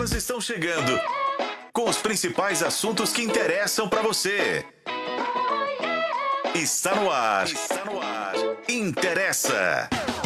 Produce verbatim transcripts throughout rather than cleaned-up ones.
convidados estão chegando com os principais assuntos que interessam para você. Está no ar. Está no ar. Interessa.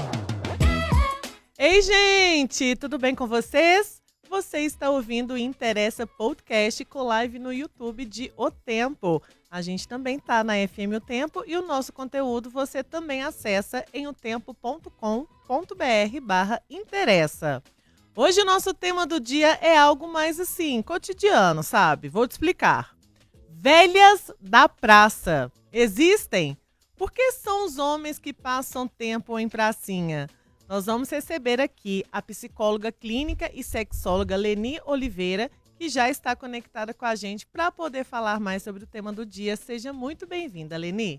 Ei, gente, tudo bem com vocês? Você está ouvindo o Interessa Podcast com live no YouTube de O Tempo. A gente também tá na F M O Tempo e o nosso conteúdo você também acessa em otempo ponto com ponto br barra interessa. Hoje o nosso tema do dia é algo mais assim, cotidiano, sabe? Vou te explicar. Velhas da praça. Existem? Por que são os homens que passam tempo em pracinha? Nós vamos receber aqui a psicóloga clínica e sexóloga Leni Oliveira, que já está conectada com a gente para poder falar mais sobre o tema do dia. Seja muito bem-vinda, Leni.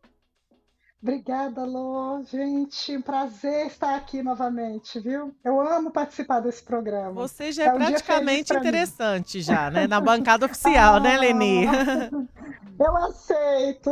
Obrigada, Lô. Gente, um prazer estar aqui novamente, viu? Eu amo participar desse programa. Você já é, é um praticamente interessante mim. já, né? Na bancada oficial, ah, né, Leni? Eu aceito.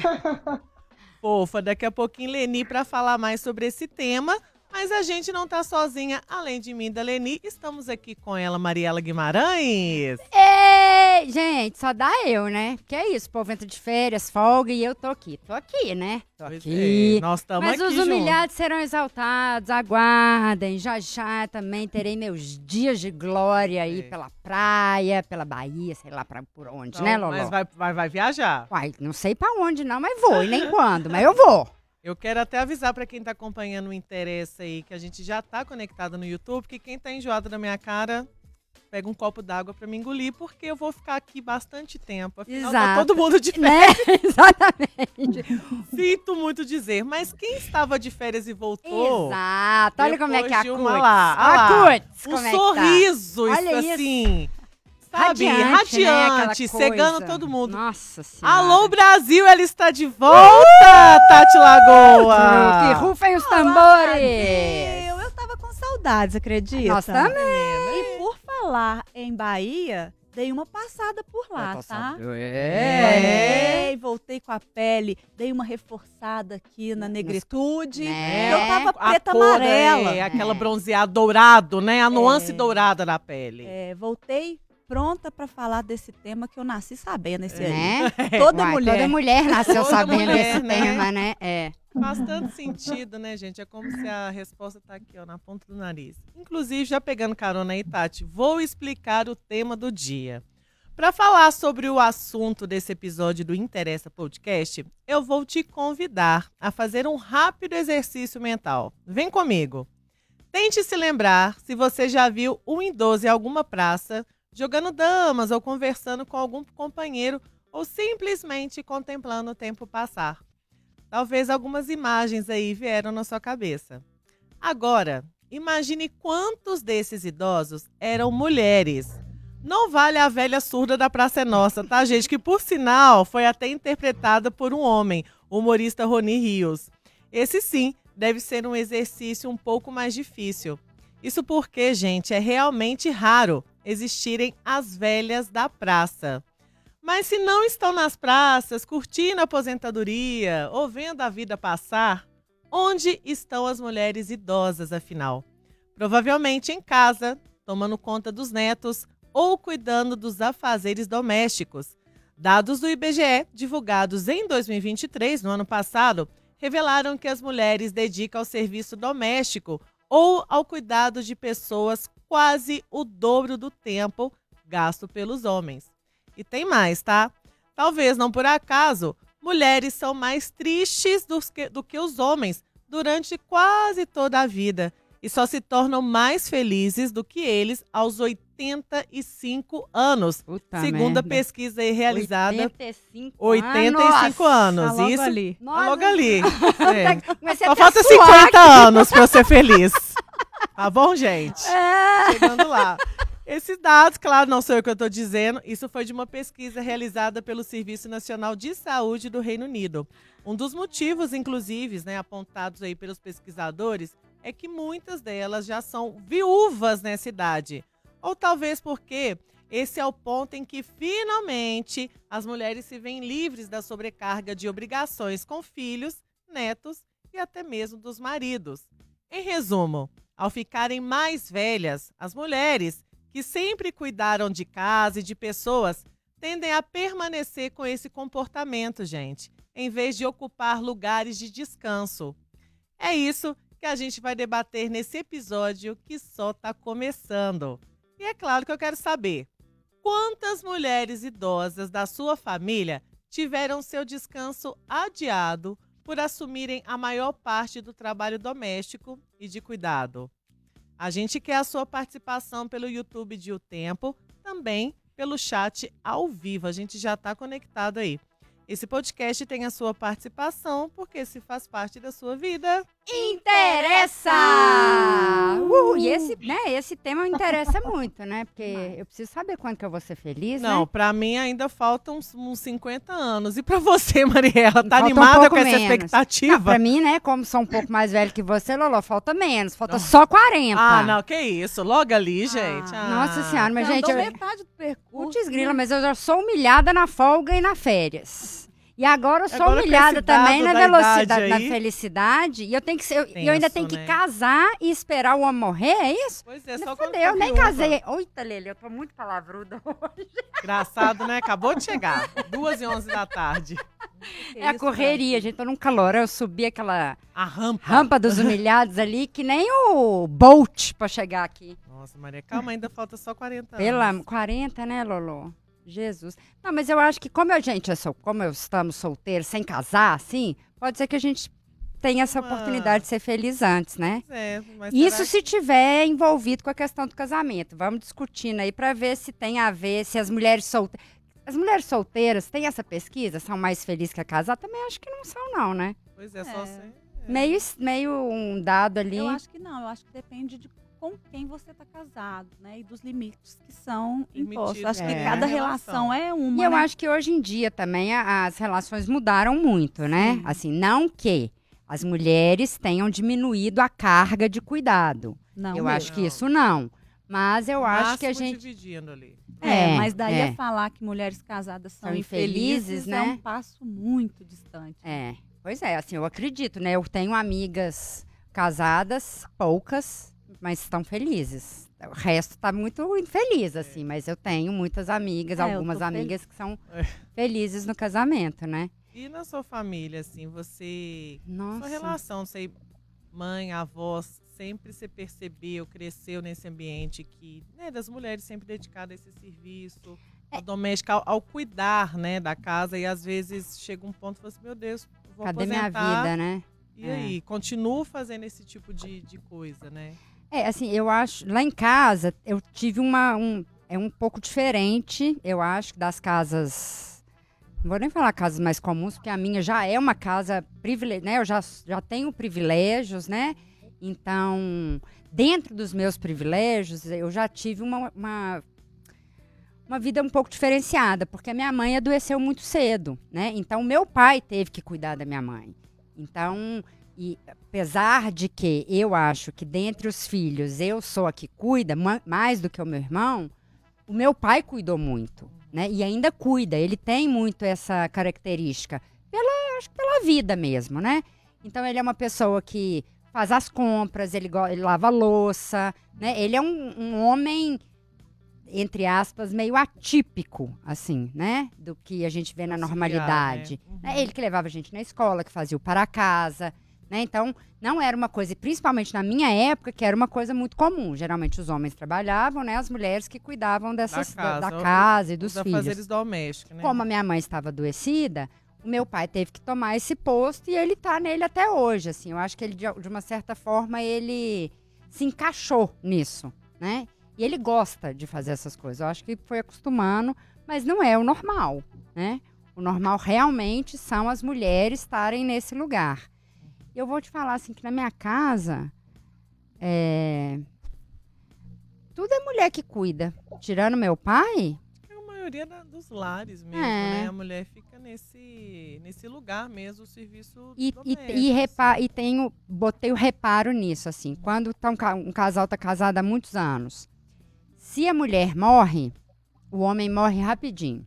Fofa, daqui a pouquinho Leni para falar mais sobre esse tema. Mas a gente não tá sozinha, além de mim e da Leni, estamos aqui com ela, Mariela Guimarães. Ei, gente, só dá eu, né? Que é isso, o povo entra de férias, folga e eu tô aqui. Tô aqui, né? Tô pois aqui. É, nós estamos aqui Mas os humilhados junto. Serão exaltados, aguardem. Já já também terei meus dias de glória aí é. pela praia, pela Bahia, sei lá pra, por onde, então, né, Loló? Mas vai, vai, vai viajar? Uai, não sei pra onde não, mas vou, e nem quando, mas eu vou. Eu quero até avisar para quem está acompanhando o Interessa aí, que a gente já está conectado no YouTube, que quem está enjoado da minha cara, pega um copo d'água para me engolir, porque eu vou ficar aqui bastante tempo. Afinal, Exato. Tá todo mundo de férias. Né? Exatamente. Sinto muito dizer, mas quem estava de férias e voltou... Exato. Olha como é que é a Cuts. Lá, a Cuts, um como sorriso, é que tá? isso Olha assim... Isso. Sabe, radiante, radiante, né? cegando todo mundo. Nossa Senhora. Alô, Brasil, ela está de volta, Tati Lagoa. Que rufem os tambores. Eu, eu tava com saudades, acredita? Nós também. E por falar em Bahia, dei uma passada por lá, tá? É. é. Voltei com a pele, dei uma reforçada aqui na negritude. É. Eu tava preta a cor, amarela. É, aquela bronzeada dourado, né? A nuance é. dourada da pele. É, voltei pronta pra falar desse tema que eu nasci sabendo esse né? aí. Toda Uai, mulher. Toda mulher nasceu Toda sabendo mulher, desse né? tema, né? É. Faz tanto sentido, né, gente? É como se a resposta tá aqui, ó, na ponta do nariz. Inclusive, já pegando carona aí, Tati, vou explicar o tema do dia. Para falar sobre o assunto desse episódio do Interessa Podcast, eu vou te convidar a fazer um rápido exercício mental. Vem comigo. Tente se lembrar se você já viu um idoso em alguma praça, jogando damas ou conversando com algum companheiro ou simplesmente contemplando o tempo passar. Talvez algumas imagens aí vieram na sua cabeça. Agora, imagine quantos desses idosos eram mulheres. Não vale a velha surda da Praça é Nossa, tá, gente? Que, por sinal, foi até interpretada por um homem, o humorista Rony Rios. Esse, sim, deve ser um exercício um pouco mais difícil. Isso porque, gente, é realmente raro existirem as velhas da praça. Mas se não estão nas praças, curtindo a aposentadoria ou vendo a vida passar, onde estão as mulheres idosas, afinal? Provavelmente em casa, tomando conta dos netos, ou cuidando dos afazeres domésticos. Dados do I B G E, divulgados em dois mil e vinte e três, no ano passado, revelaram que as mulheres dedicam ao serviço doméstico ou ao cuidado de pessoas quase o dobro do tempo gasto pelos homens. E tem mais, tá? Talvez não por acaso, mulheres são mais tristes do que, do que os homens durante quase toda a vida e só se tornam mais felizes do que eles aos oitenta e cinco anos, Puta segundo merda. a pesquisa aí realizada. oitenta e cinco oitenta e cinco anos. Tá logo Isso, ali. tá logo ali. É. Comecei Só até falta a suar cinquenta aqui. anos pra eu ser feliz. Tá bom, gente? É. Chegando lá. Esses dados, claro, não sou eu que eu estou dizendo, isso foi de uma pesquisa realizada pelo Serviço Nacional de Saúde do Reino Unido. Um dos motivos, inclusive, né, apontados aí pelos pesquisadores, é que muitas delas já são viúvas nessa idade. Ou talvez porque esse é o ponto em que, finalmente, as mulheres se veem livres da sobrecarga de obrigações com filhos, netos e até mesmo dos maridos. Em resumo, ao ficarem mais velhas, as mulheres que sempre cuidaram de casa e de pessoas, tendem a permanecer com esse comportamento, gente, em vez de ocupar lugares de descanso. É isso que a gente vai debater nesse episódio que só está começando. E é claro que eu quero saber, quantas mulheres idosas da sua família tiveram seu descanso adiado por assumirem a maior parte do trabalho doméstico e de cuidado? A gente quer a sua participação pelo YouTube de O Tempo, também pelo chat ao vivo. A gente já está conectado aí. Esse podcast tem a sua participação, porque se faz parte da sua vida, interessa! Uh, e esse, né, esse tema me interessa muito, né? Porque eu preciso saber quando que eu vou ser feliz, Não, né? pra mim ainda faltam uns, uns cinquenta anos. E pra você, Mariela, tá Falta um animada pouco com essa menos. expectativa? Não, pra mim, né, como sou um pouco mais velho que você, Lolo, falta menos. Falta só quarenta. Ah, não, que isso. Logo ali, gente. Ah. Nossa Senhora, mas Já gente... andou Eu... metade do percurso. Putz grila, mas eu já sou humilhada na folga e na férias. E agora eu sou Agora com humilhada esse também dado na da velocidade, idade na aí. felicidade. E eu tenho que ser, eu, e eu ainda Tenso, tenho que né? casar e esperar o homem morrer, é isso? Pois é, Me só quando fudeu, eu for nem viúva. casei. Oita, Lele, eu tô muito palavruda hoje. Engraçado, né? Acabou de chegar. Duas e onze da tarde. É a correria, gente. Tô num calor. Eu subi aquela A rampa. rampa dos humilhados ali, que nem o Bolt pra chegar aqui. Nossa, Maria, calma, ainda falta só quarenta Pela anos. quarenta, né, Lolo? Jesus. Não, mas eu acho que como a gente é sol, como eu estamos solteiros, sem casar, assim, pode ser que a gente tenha essa Uma- oportunidade de ser feliz antes, né? Pois é, mas Isso será se tiver envolvido com a questão do casamento. Vamos discutindo aí para ver se tem a ver, se as mulheres solteiras... As mulheres solteiras, tem essa pesquisa? São mais felizes que a casada? Também acho que não são, não, né? que- Pois é, só É. sei. Meio, meio um dado ali. Eu acho que não, eu acho que depende de com quem você está casado, né? E dos limites que são Permitidos, impostos. Acho é. que cada na relação. relação é uma. E eu né? acho que hoje em dia também a- as relações mudaram muito, né? Sim. Assim, não que as mulheres tenham diminuído a carga de cuidado. Não eu mesmo. acho que isso não. Mas eu acho que a Máximo gente... dividindo ali. É, É, mas daí é. a falar que mulheres casadas são, São infelizes, infelizes, é né? um passo muito distante. É, pois é, assim, eu acredito, né? Eu tenho amigas casadas, poucas, mas estão felizes. O resto tá muito infeliz, assim, mas eu tenho muitas amigas, É, eu tô algumas fel- amigas que são É. felizes no casamento, né? E na sua família, assim, você... Sua Nossa. relação, sei, mãe, avó, sempre você percebeu, cresceu nesse ambiente que, né, das mulheres sempre dedicadas a esse serviço, É. ao doméstico, ao, ao cuidar, né, da casa, e às vezes chega um ponto e fala assim, meu Deus, vou Cadê minha aposentar, vida, né? E É. aí, continuo fazendo esse tipo de, de coisa, né? É, assim, eu acho, lá em casa, eu tive uma, um, é um pouco diferente, eu acho, das casas, não vou nem falar casas mais comuns, porque a minha já é uma casa privilegiada, né, eu já, já tenho privilégios, né, então, dentro dos meus privilégios, eu já tive uma, uma, uma vida um pouco diferenciada, porque a minha mãe adoeceu muito cedo, né, então meu pai teve que cuidar da minha mãe, então... E apesar de que eu acho que dentre os filhos eu sou a que cuida ma- mais do que o meu irmão, o meu pai cuidou muito, né? E ainda cuida, ele tem muito essa característica, pela, acho que pela vida mesmo, né? Então ele é uma pessoa que faz as compras, ele, go- ele lava a louça, né? Ele é um, um homem, entre aspas, meio atípico, assim, né? Do que a gente vê na Auxiliar, normalidade. né? Uhum. Né? Ele que levava a gente na escola, que fazia o para casa, né? Então, não era uma coisa, e principalmente na minha época, que era uma coisa muito comum. Geralmente os homens trabalhavam, né? As mulheres que cuidavam dessas, da, da casa, casa e dos Os filhos. afazeres domésticos, né? Como a minha mãe estava adoecida, o meu pai teve que tomar esse posto e ele tá nele até hoje, assim. Eu acho que ele, de, de uma certa forma, ele se encaixou nisso, né? E ele gosta de fazer essas coisas. Eu acho que foi acostumando, mas não é o normal, né? O normal realmente são as mulheres estarem nesse lugar. Eu vou te falar assim que na minha casa, é, tudo é mulher que cuida. Tirando meu pai, É a maioria da- dos lares mesmo, É. né? A mulher fica nesse, nesse lugar mesmo, o serviço e, e, doméstico. e, repa, assim. e tenho, botei o reparo nisso, assim. Quando tá um, ca- um casal está casado há muitos anos, se a mulher morre, o homem morre rapidinho.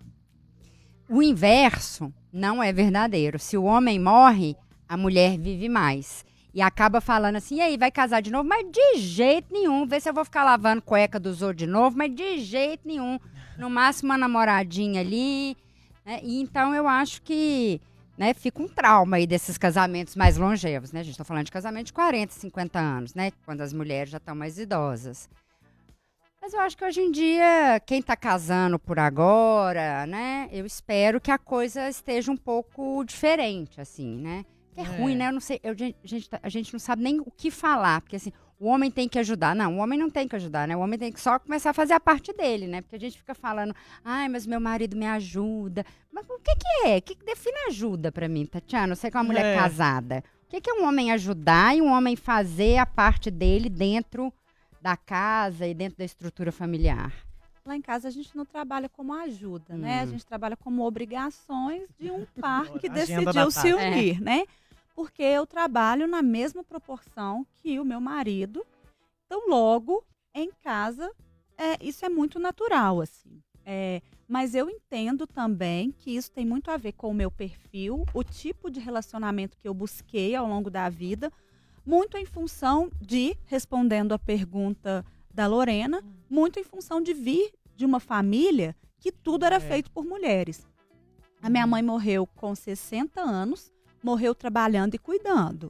O inverso não é verdadeiro. Se o homem morre, a mulher vive mais. E acaba falando assim, e aí, vai casar de novo? Mas de jeito nenhum. Vê se eu vou ficar lavando cueca dos outros de novo, mas de jeito nenhum. No máximo uma namoradinha ali. Né? E então eu acho que, né, fica um trauma aí desses casamentos mais longevos, né? A gente tá falando de casamento de quarenta, cinquenta anos, né? Quando as mulheres já estão mais idosas. Mas eu acho que hoje em dia, quem tá casando por agora, né? Eu espero que a coisa esteja um pouco diferente, assim, né? Que é, é. ruim, né? Eu não sei, eu, gente, a gente não sabe nem o que falar, porque assim, o homem tem que ajudar. Não, o homem não tem que ajudar, né? O homem tem que só começar a fazer a parte dele, né? Porque a gente fica falando, ai, mas meu marido me ajuda. Mas o que que é? O que que define ajuda pra mim, Tatiana? Você que é uma mulher é. casada. O que que é um homem ajudar e um homem fazer a parte dele dentro da casa e dentro da estrutura familiar? Lá em casa a gente não trabalha como ajuda, hum. né? A gente trabalha como obrigações de um par que decidiu se unir, é. né? Porque eu trabalho na mesma proporção que o meu marido. Então, logo, em casa, é, isso é muito natural, assim. É, mas eu entendo também que isso tem muito a ver com o meu perfil, o tipo de relacionamento que eu busquei ao longo da vida, muito em função de, respondendo a pergunta da Lorena, muito em função de vir de uma família que tudo era é. feito por mulheres. A minha mãe morreu com sessenta anos, morreu trabalhando e cuidando.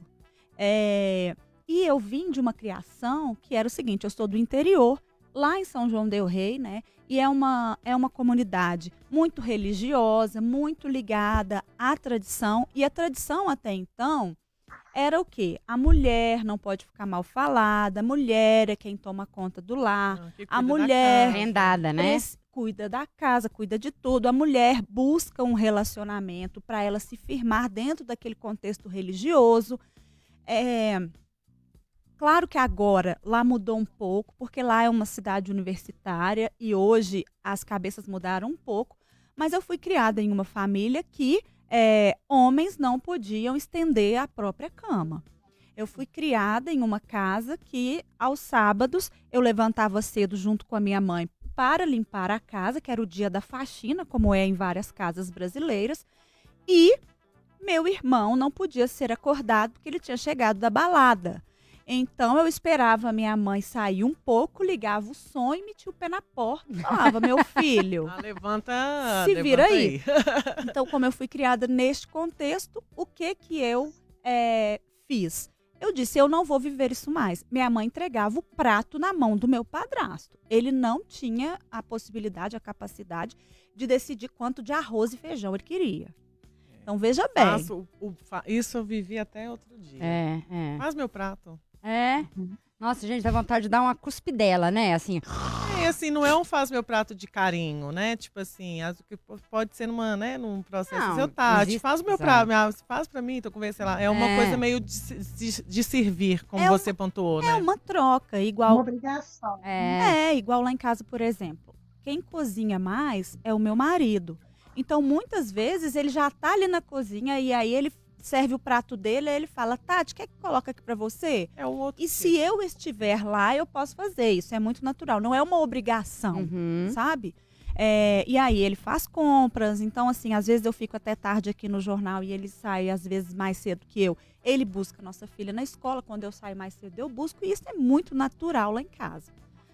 É, e eu vim de uma criação que era o seguinte, eu sou do interior, lá em São João del Rei, né? E é uma, é uma comunidade muito religiosa, muito ligada à tradição. E a tradição até então era o quê? A mulher não pode ficar mal falada, a mulher é quem toma conta do lar, ah, a mulher vendada, né? Cuida da casa, cuida de tudo. A mulher busca um relacionamento para ela se firmar dentro daquele contexto religioso. É, claro que agora lá mudou um pouco, porque lá é uma cidade universitária e hoje as cabeças mudaram um pouco. Mas eu fui criada em uma família que é, homens não podiam estender a própria cama. Eu fui criada em uma casa que, aos sábados, eu levantava cedo junto com a minha mãe para limpar a casa, que era o dia da faxina, como é em várias casas brasileiras. E meu irmão não podia ser acordado porque ele tinha chegado da balada. Então, eu esperava a minha mãe sair um pouco, ligava o som e metia o pé na porta. Falava, meu filho, ah, levanta, se levanta vira aí. aí. Então, como eu fui criada neste contexto, o que que eu é, fiz? Eu disse, eu não vou viver isso mais. Minha mãe entregava o prato na mão do meu padrasto. Ele não tinha a possibilidade, a capacidade de decidir quanto de arroz e feijão ele queria. Então, veja bem. Faço, o, o, isso eu vivi até outro dia. É, é. Faz meu prato. É. Nossa, gente, dá vontade de dar uma cuspidela, né? Assim. É, assim, não é um faz meu prato de carinho, né? Tipo assim, pode ser numa, né, num processo. Não, eu, Tati, faz o meu prato, faz pra mim, tô conversando lá. É uma é. coisa meio de, de, de servir, como é você uma, pontuou, é né? É uma troca, igual. Uma obrigação. É. é, igual lá em casa, por exemplo. Quem cozinha mais é o meu marido. Então, muitas vezes, ele já tá ali na cozinha e aí ele serve o prato dele, aí ele fala, Tati, quer que coloque aqui pra você? É o outro. E se eu estiver lá, eu posso fazer. Isso é muito natural. Não é uma obrigação, uhum. sabe? É, e aí ele faz compras. Então, assim, às vezes eu fico até tarde aqui no jornal e ele sai, às vezes, mais cedo que eu. Ele busca nossa filha na escola. Quando eu saio mais cedo, eu busco. E isso é muito natural lá em casa.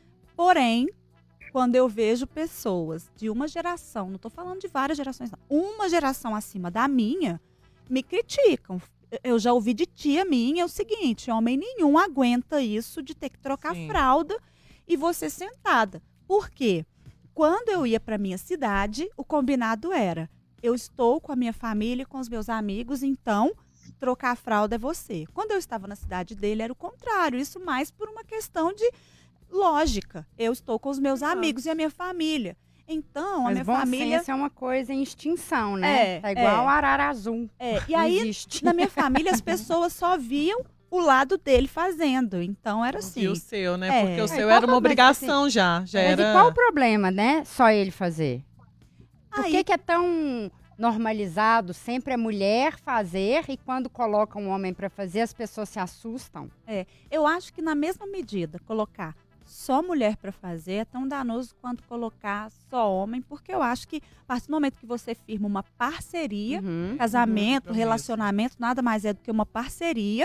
Porém, quando eu vejo pessoas de uma geração, não estou falando de várias gerações, não, uma geração acima da minha, me criticam. Eu já ouvi de tia minha o seguinte, homem nenhum aguenta isso de ter que trocar Sim. fralda e você sentada. Por quê? Quando eu ia para minha cidade, o combinado era, eu estou com a minha família, com os meus amigos, então trocar a fralda é você. Quando eu estava na cidade dele, era o contrário. Isso mais por uma questão de lógica. Eu estou com os meus Exato. amigos e a minha família. Então, Mas a minha bom família... senso é uma coisa em extinção, né? É, tá igual é. arara azul. É. E aí, existe. na minha família, as pessoas só viam o lado dele fazendo. Então, era assim. E o seu, né? É. Porque o seu Aí, era uma obrigação assim, já. já Mas era... e qual o problema, né? Só ele fazer? Por Aí... que que é tão normalizado sempre a mulher fazer e quando coloca um homem para fazer, as pessoas se assustam? É. Eu acho que na mesma medida, colocar só mulher para fazer é tão danoso quanto colocar só homem, porque eu acho que a partir do momento que você firma uma parceria, Uhum, casamento, uhum, relacionamento, nada mais é do que uma parceria,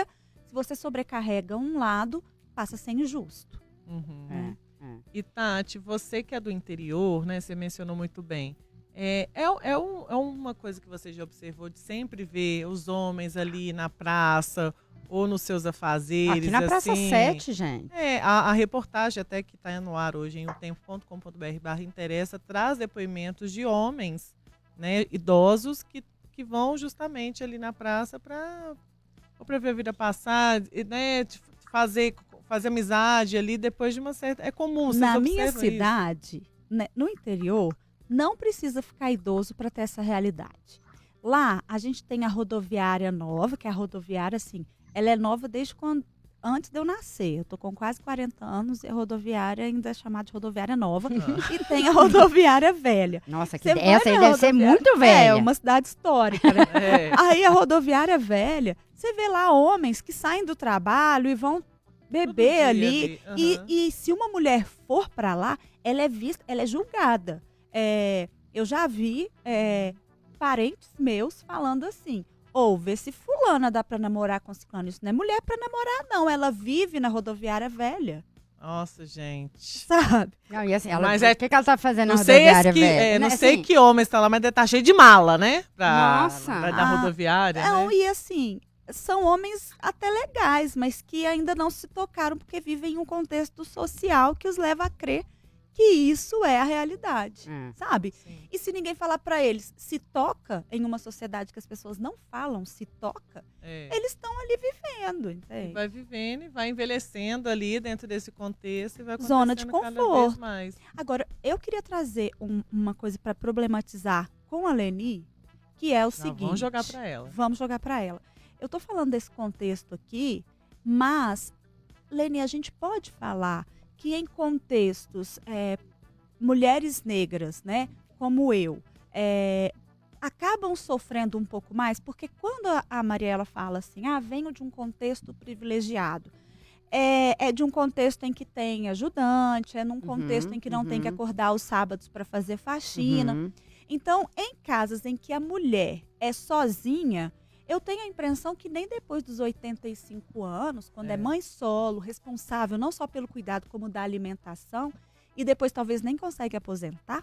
Se você sobrecarrega um lado, passa a ser injusto. Uhum. É, é. E Tati, você que é do interior, né? Você mencionou muito bem. É, é, é, um, é uma coisa que você já observou de sempre ver os homens ali na praça ou nos seus afazeres. Aqui na Praça assim. sete, gente. É, a, a reportagem até que está no ar hoje em o tempo ponto com ponto br barra interessa traz depoimentos de homens, né, idosos que, que vão justamente ali na praça para para ver a vida passar, né, fazer, fazer amizade ali depois de uma certa... É comum, vocês Na minha observam cidade, né, no interior, não precisa ficar idoso para ter essa realidade. Lá, a gente tem a rodoviária nova, que é a rodoviária, assim, ela é nova desde quando, antes de eu nascer. Eu tô com quase quarenta anos e a rodoviária ainda é chamada de rodoviária nova. Ah. E tem a rodoviária velha. Nossa, que Você essa vai aí na deve ser rodoviária- muito velha. É, uma cidade histórica, né? É. Aí a rodoviária velha, você vê lá homens que saem do trabalho e vão beber dia ali. ali, E, aham. e se uma mulher for para lá, ela é vista, ela é julgada. É, eu já vi é, parentes meus falando assim: ou vê se fulana dá para namorar com ciclano. Isso não é mulher para namorar, não. Ela vive na rodoviária velha, Nossa, gente. sabe? Não, e assim, ela, Mas o é- que, que ela tá fazendo Não na sei, rodoviária, esse que, velho? é, não Né, sei assim, que homem está lá, mas deve estar cheio de mala, né? Pra, Nossa. pra- da Ah, rodoviária, Não, né? e assim, são homens até legais, mas que ainda não se tocaram porque vivem em um contexto social que os leva a crer que isso é a realidade, É. sabe? Sim. E se ninguém falar pra eles, se toca em uma sociedade que as pessoas não falam, se toca, É. eles estão ali vivendo, E entende? vai vivendo e vai envelhecendo ali dentro desse contexto e vai acontecendo Zona de cada vez conforto. mais. Agora, eu queria trazer um- uma coisa pra problematizar com a Leni, que é o Não, seguinte. vamos jogar pra ela. Vamos jogar para ela. Eu tô falando desse contexto aqui, mas, Leni, a gente pode falar que em contextos, é, mulheres negras, né, como eu, é, acabam sofrendo um pouco mais, porque quando a, a Mariela fala assim, ah, venho de um contexto privilegiado, é, é de um contexto em que tem ajudante, é num contexto em que não tem que uhum. acordar aos sábados para fazer faxina. Uhum. Então, em casas em que a mulher é sozinha, eu tenho a impressão que nem depois dos oitenta e cinco anos, quando é, É. mãe solo, responsável não só pelo cuidado como da alimentação, e depois talvez nem consegue aposentar,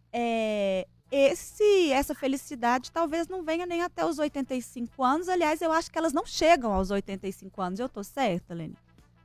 é, esse, essa felicidade talvez não venha nem até os oitenta e cinco anos. Aliás, eu acho que elas não chegam aos oitenta e cinco anos. Eu tô certa, Leni?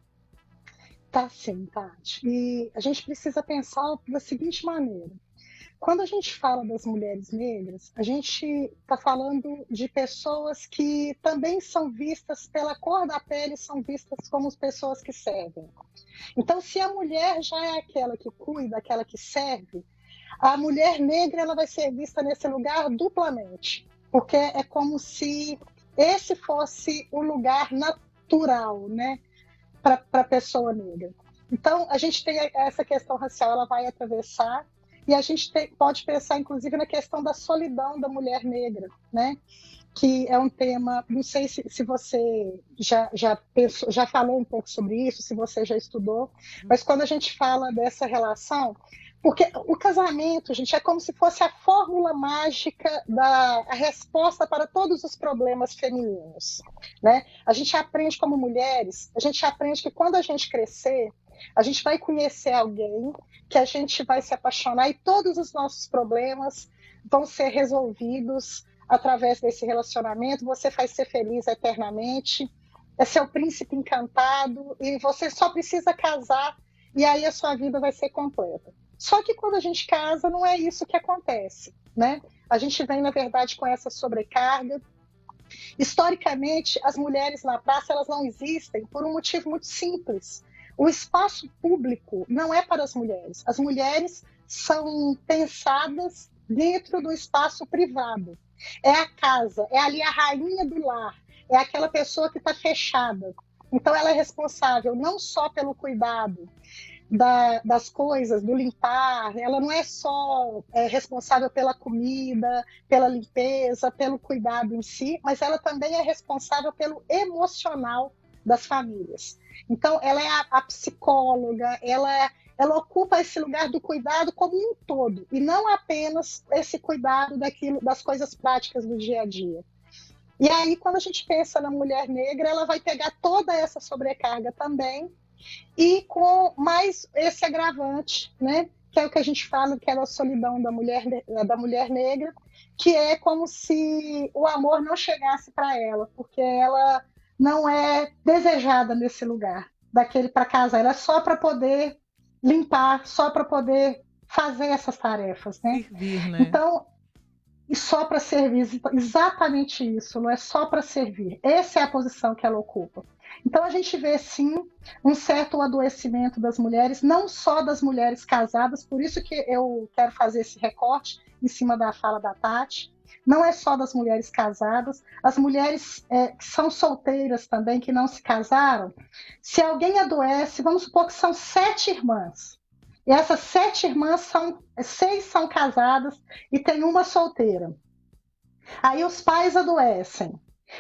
Tá sim, Tati. E a gente precisa pensar da seguinte maneira. Quando a gente fala das mulheres negras, a gente está falando de pessoas que também são vistas pela cor da pele, são vistas como pessoas que servem. Então, se a mulher já é aquela que cuida, aquela que serve, a mulher negra ela vai ser vista nesse lugar duplamente, porque é como se esse fosse o lugar natural, né, para a pessoa negra. Então, a gente tem essa questão racial, ela vai atravessar. E a gente tem, pode pensar, inclusive, na questão da solidão da mulher negra, né? Que é um tema, não sei se, se você já, já, pensou, já falou um pouco sobre isso, se você já estudou, mas quando a gente fala dessa relação, porque o casamento, gente, é como se fosse a fórmula mágica, da, a resposta para todos os problemas femininos, né? A gente aprende como mulheres, a gente aprende que quando a gente crescer, a gente vai conhecer alguém que a gente vai se apaixonar e todos os nossos problemas vão ser resolvidos através desse relacionamento. Você vai ser feliz eternamente, é seu príncipe encantado e você só precisa casar e aí a sua vida vai ser completa. Só que quando a gente casa, não é isso que acontece, né? A gente vem, na verdade, com essa sobrecarga. Historicamente, as mulheres na praça elas não existem por um motivo muito simples. O espaço público não é para as mulheres. As mulheres são pensadas dentro do espaço privado. É a casa, é ali a rainha do lar, é aquela pessoa que está fechada. Então, ela é responsável não só pelo cuidado da, das coisas, do limpar, ela não é só é, responsável pela comida, pela limpeza, pelo cuidado em si, mas ela também é responsável pelo emocional das famílias. Então, ela é a, a psicóloga, ela, ela ocupa esse lugar do cuidado como um todo, e não apenas esse cuidado daquilo, das coisas práticas do dia a dia. E aí, quando a gente pensa na mulher negra, ela vai pegar toda essa sobrecarga também, e com mais esse agravante, né? Que é o que a gente fala, que é a solidão da mulher, da mulher negra, que é como se o amor não chegasse para ela, porque ela não é desejada nesse lugar, daquele para casar, ela é só para poder limpar, só para poder fazer essas tarefas, né? Servir, né? Então, e só para servir, exatamente isso, não é só para servir. Essa é a posição que ela ocupa. Então a gente vê sim um certo adoecimento das mulheres, não só das mulheres casadas, por isso que eu quero fazer esse recorte em cima da fala da Tati. Não é só das mulheres casadas, as mulheres é, que são solteiras também, que não se casaram. Se alguém adoece, vamos supor que são sete irmãs. E essas sete irmãs, são, seis são casadas e tem uma solteira. Aí os pais adoecem.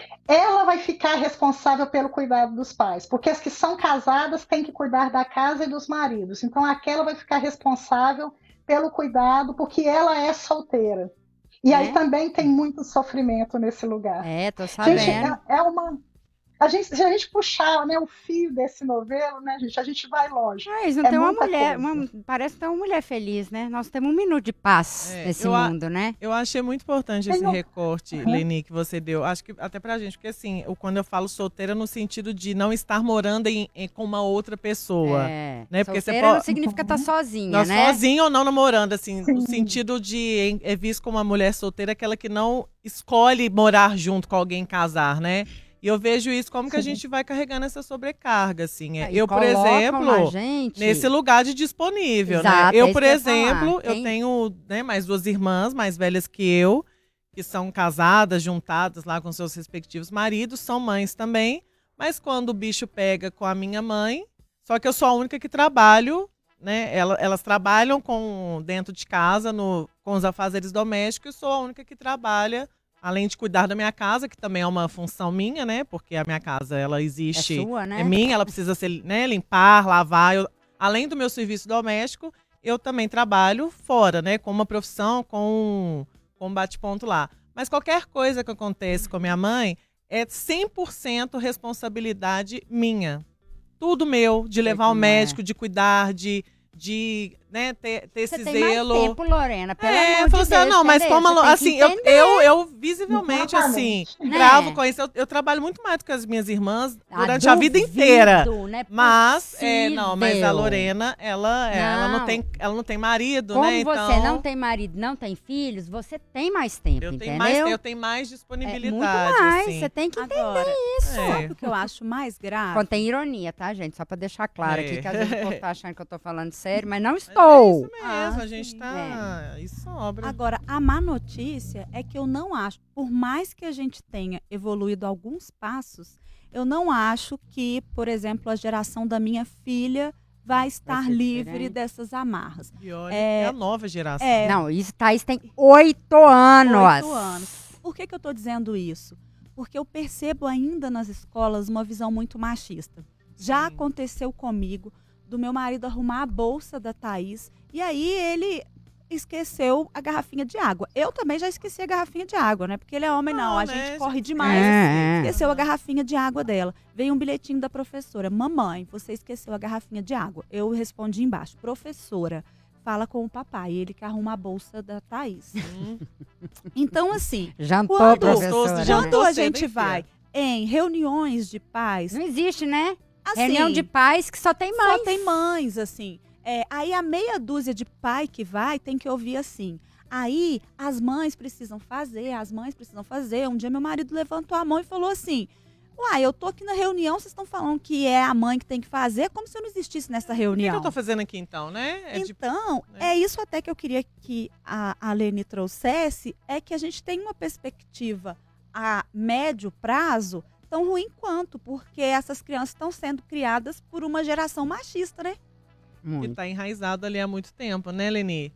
Ela vai ficar responsável pelo cuidado dos pais, porque as que são casadas têm que cuidar da casa e dos maridos. Então aquela vai ficar responsável pelo cuidado, porque ela é solteira. E é? Aí também tem muito sofrimento nesse lugar. É, tô sabendo. Gente, é, é uma... A gente, se a gente puxar, né, o fio desse novelo, né, gente, a gente vai longe. Ah, eles não é tem uma mulher, uma, parece que tem uma mulher feliz, né? Nós temos um minuto de paz é, nesse mundo, a, né? Eu achei muito importante esse recorte, uhum. Leni, que você deu. Acho que até pra gente, porque assim, eu, quando eu falo solteira, no sentido de não estar morando em, em, com uma outra pessoa. É, né? Porque solteira você não significa estar tá sozinha, não, né? Sozinha ou não namorando, assim, Sim. no sentido de é visto como uma mulher solteira, aquela que não escolhe morar junto com alguém, casar, né? E eu vejo isso como que a gente vai carregando essa sobrecarga, assim. É, eu, por exemplo, gente... nesse lugar de disponível, Exato, né? Eu, é por eu exemplo, Quem... eu tenho né, mais duas irmãs mais velhas que eu, que são casadas, juntadas lá com seus respectivos maridos, são mães também. Mas quando o bicho pega com a minha mãe, só que eu sou a única que trabalho, né? Elas, elas trabalham com, dentro de casa, no, com os afazeres domésticos, e sou a única que trabalha. Além de cuidar da minha casa, que também é uma função minha, né? Porque a minha casa, ela existe, é, sua, né? é minha, ela precisa ser, né, limpar, lavar. Eu, além do meu serviço doméstico, eu também trabalho fora, né? Com uma profissão, com, com um bate-ponto lá. Mas qualquer coisa que acontece com a minha mãe é cem por cento responsabilidade minha. Tudo meu, de levar ao médico, é. de cuidar, de... de né, ter, ter esse Você tem zelo. Mais tempo, Lorena, pelo é, amor de assim, Deus, não, mas como assim, eu, eu, eu visivelmente Exatamente. assim, né? gravo com isso, eu, eu trabalho muito mais do que as minhas irmãs durante ah, a vida inteira. Né? Mas, é, não, mas a Lorena, ela, não. ela não tem, ela não tem marido, como né? Como então, você não tem marido, não tem filhos, você tem mais tempo, eu entendeu? Tenho mais, eu tenho mais disponibilidade. É, muito mais, assim. você tem que entender Agora, isso. Sabe o que eu acho mais grave? Contém ironia, tá, gente? Só pra deixar claro é. aqui, que às vezes o povo tá achando que eu tô falando sério, mas não estou. Mas é isso mesmo. Ah, a gente sim. tá. É. Isso sobra. Agora, a má notícia é que eu não acho, por mais que a gente tenha evoluído alguns passos, eu não acho que, por exemplo, a geração da minha filha vai estar vai livre diferente. dessas amarras. E olha, É, é a nova geração. é, Não, isso, Thaís tem oito anos. Oito anos. Por que, que eu estou dizendo isso? Porque eu percebo ainda nas escolas uma visão muito machista. Já Sim. aconteceu comigo do meu marido arrumar a bolsa da Thaís e aí ele esqueceu a garrafinha de água. Eu também já esqueci a garrafinha de água, né? Porque ele é homem, não. Não, A né? gente corre demais. É. Esqueceu a garrafinha de água dela. Veio um bilhetinho da professora. Mamãe, você esqueceu a garrafinha de água. Eu respondi embaixo. Professora, fala com o papai. Ele que arruma a bolsa da Thaís. Hum. Então, assim, Jantou, Quando- professora. Já quando tô a sendo gente inteira. vai em reuniões de pais, Não existe, né? assim, Reunião de pais que só tem mães. só tem mães, assim. É, aí a meia dúzia de pai que vai tem que ouvir assim. Aí as mães precisam fazer, as mães precisam fazer. Um dia meu marido levantou a mão e falou assim: uai, eu tô aqui na reunião, vocês estão falando que é a mãe que tem que fazer, como se eu não existisse nessa O que, reunião. que eu tô fazendo aqui então, né? É de- Então, né? é isso até que eu queria que a, a Leni trouxesse, é que a gente tem uma perspectiva a médio prazo tão ruim quanto, porque essas crianças estão sendo criadas por uma geração machista, né? que Muito. tá enraizado ali há muito tempo, né, Leni?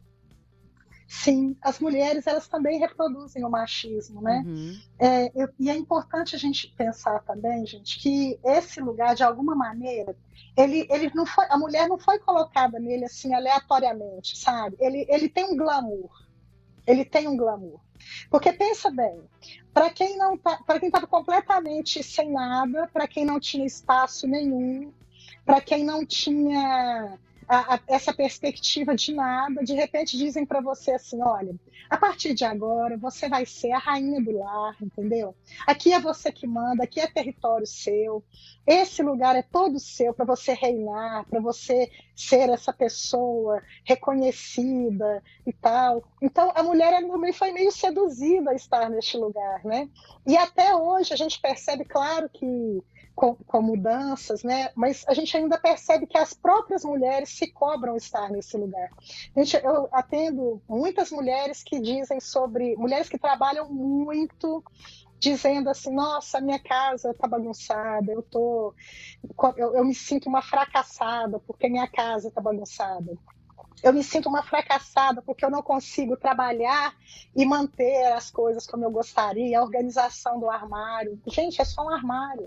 Sim, as mulheres elas também reproduzem o machismo, né? Uhum. É, eu- e é importante a gente pensar também, gente, que esse lugar, de alguma maneira, ele, ele não foi, a mulher não foi colocada nele assim aleatoriamente, sabe? Ele, ele tem um glamour. ele tem um glamour. Porque pensa bem, para quem não tá, para quem estava completamente sem nada, para quem não tinha espaço nenhum, para quem não tinha a, a, essa perspectiva de nada, de repente dizem para você assim, olha, a partir de agora você vai ser a rainha do lar, entendeu? Aqui é você que manda, aqui é território seu, esse lugar é todo seu para você reinar, para você ser essa pessoa reconhecida e tal. Então a mulher ela também foi meio seduzida a estar neste lugar, né? E até hoje a gente percebe, claro que Com, com mudanças, né? Mas a gente ainda percebe que as próprias mulheres se cobram estar nesse lugar. Gente, eu atendo muitas mulheres que dizem sobre, mulheres que trabalham muito, dizendo assim, nossa, minha casa está bagunçada, eu, tô, eu, eu me sinto uma fracassada porque minha casa está bagunçada. Eu me sinto uma fracassada porque eu não consigo trabalhar e manter as coisas como eu gostaria, a organização do armário. Gente, é só um armário.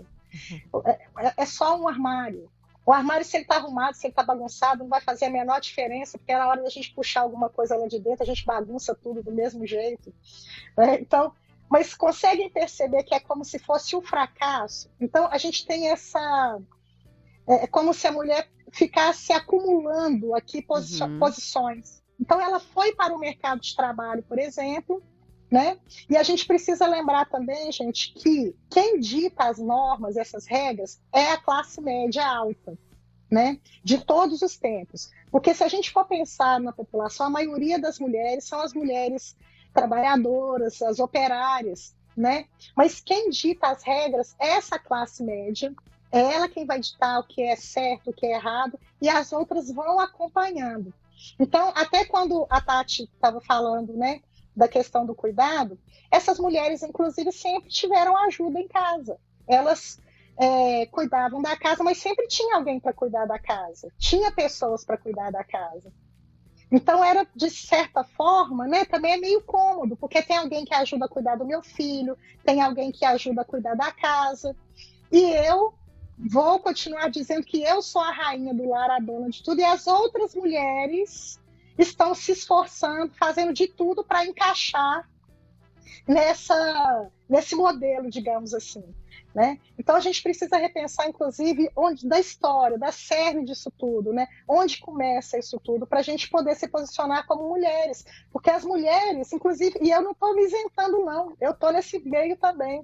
É, é só um armário. O armário, se ele está arrumado, se ele está bagunçado, não vai fazer a menor diferença, porque na hora da gente puxar alguma coisa lá de dentro, a gente bagunça tudo do mesmo jeito. Né? Então, mas conseguem perceber que é como se fosse um fracasso. Então, a gente tem essa... É como se a mulher ficasse acumulando aqui posi- uhum. posições. Então, ela foi para o mercado de trabalho, por exemplo, né? E a gente precisa lembrar também, gente, que quem dita as normas, essas regras, é a classe média alta, né? De todos os tempos. Porque se a gente for pensar na população, a maioria das mulheres são as mulheres trabalhadoras, as operárias, né? Mas quem dita as regras é essa classe média, é ela quem vai ditar o que é certo, o que é errado, e as outras vão acompanhando. Então, até quando a Tati estava falando, né, da questão do cuidado, essas mulheres, inclusive, sempre tiveram ajuda em casa. Elas é, cuidavam da casa, mas sempre tinha alguém para cuidar da casa. Tinha pessoas para cuidar da casa. Então, era, de certa forma, né, também é meio cômodo, porque tem alguém que ajuda a cuidar do meu filho, tem alguém que ajuda a cuidar da casa. E eu vou continuar dizendo que eu sou a rainha do lar, a dona de tudo, e as outras mulheres estão se esforçando, fazendo de tudo para encaixar nessa, nesse modelo, digamos assim. Né? Então a gente precisa repensar, inclusive, onde, da história, da cerne disso tudo, né? Onde começa isso tudo, para a gente poder se posicionar como mulheres. Porque as mulheres, inclusive, e eu não estou me isentando, não, eu estou nesse meio também.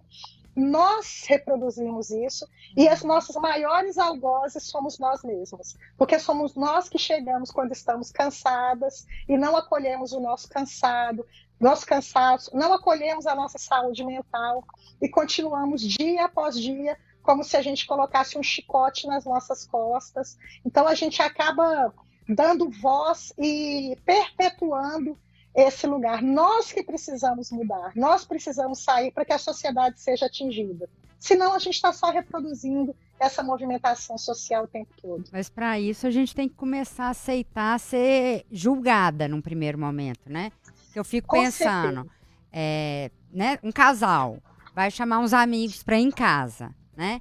Nós reproduzimos isso e as nossas maiores algozes somos nós mesmos, porque somos nós que chegamos quando estamos cansadas e não acolhemos o nosso cansado, nosso cansaço, não acolhemos a nossa saúde mental e continuamos dia após dia como se a gente colocasse um chicote nas nossas costas. Então a gente acaba dando voz e perpetuando esse lugar. Nós que precisamos mudar, nós precisamos sair para que a sociedade seja atingida. Senão a gente está só reproduzindo essa movimentação social o tempo todo. Mas para isso a gente tem que começar a aceitar ser julgada num primeiro momento, né? Eu fico Com pensando, é, né, um casal vai chamar uns amigos para ir em casa, né?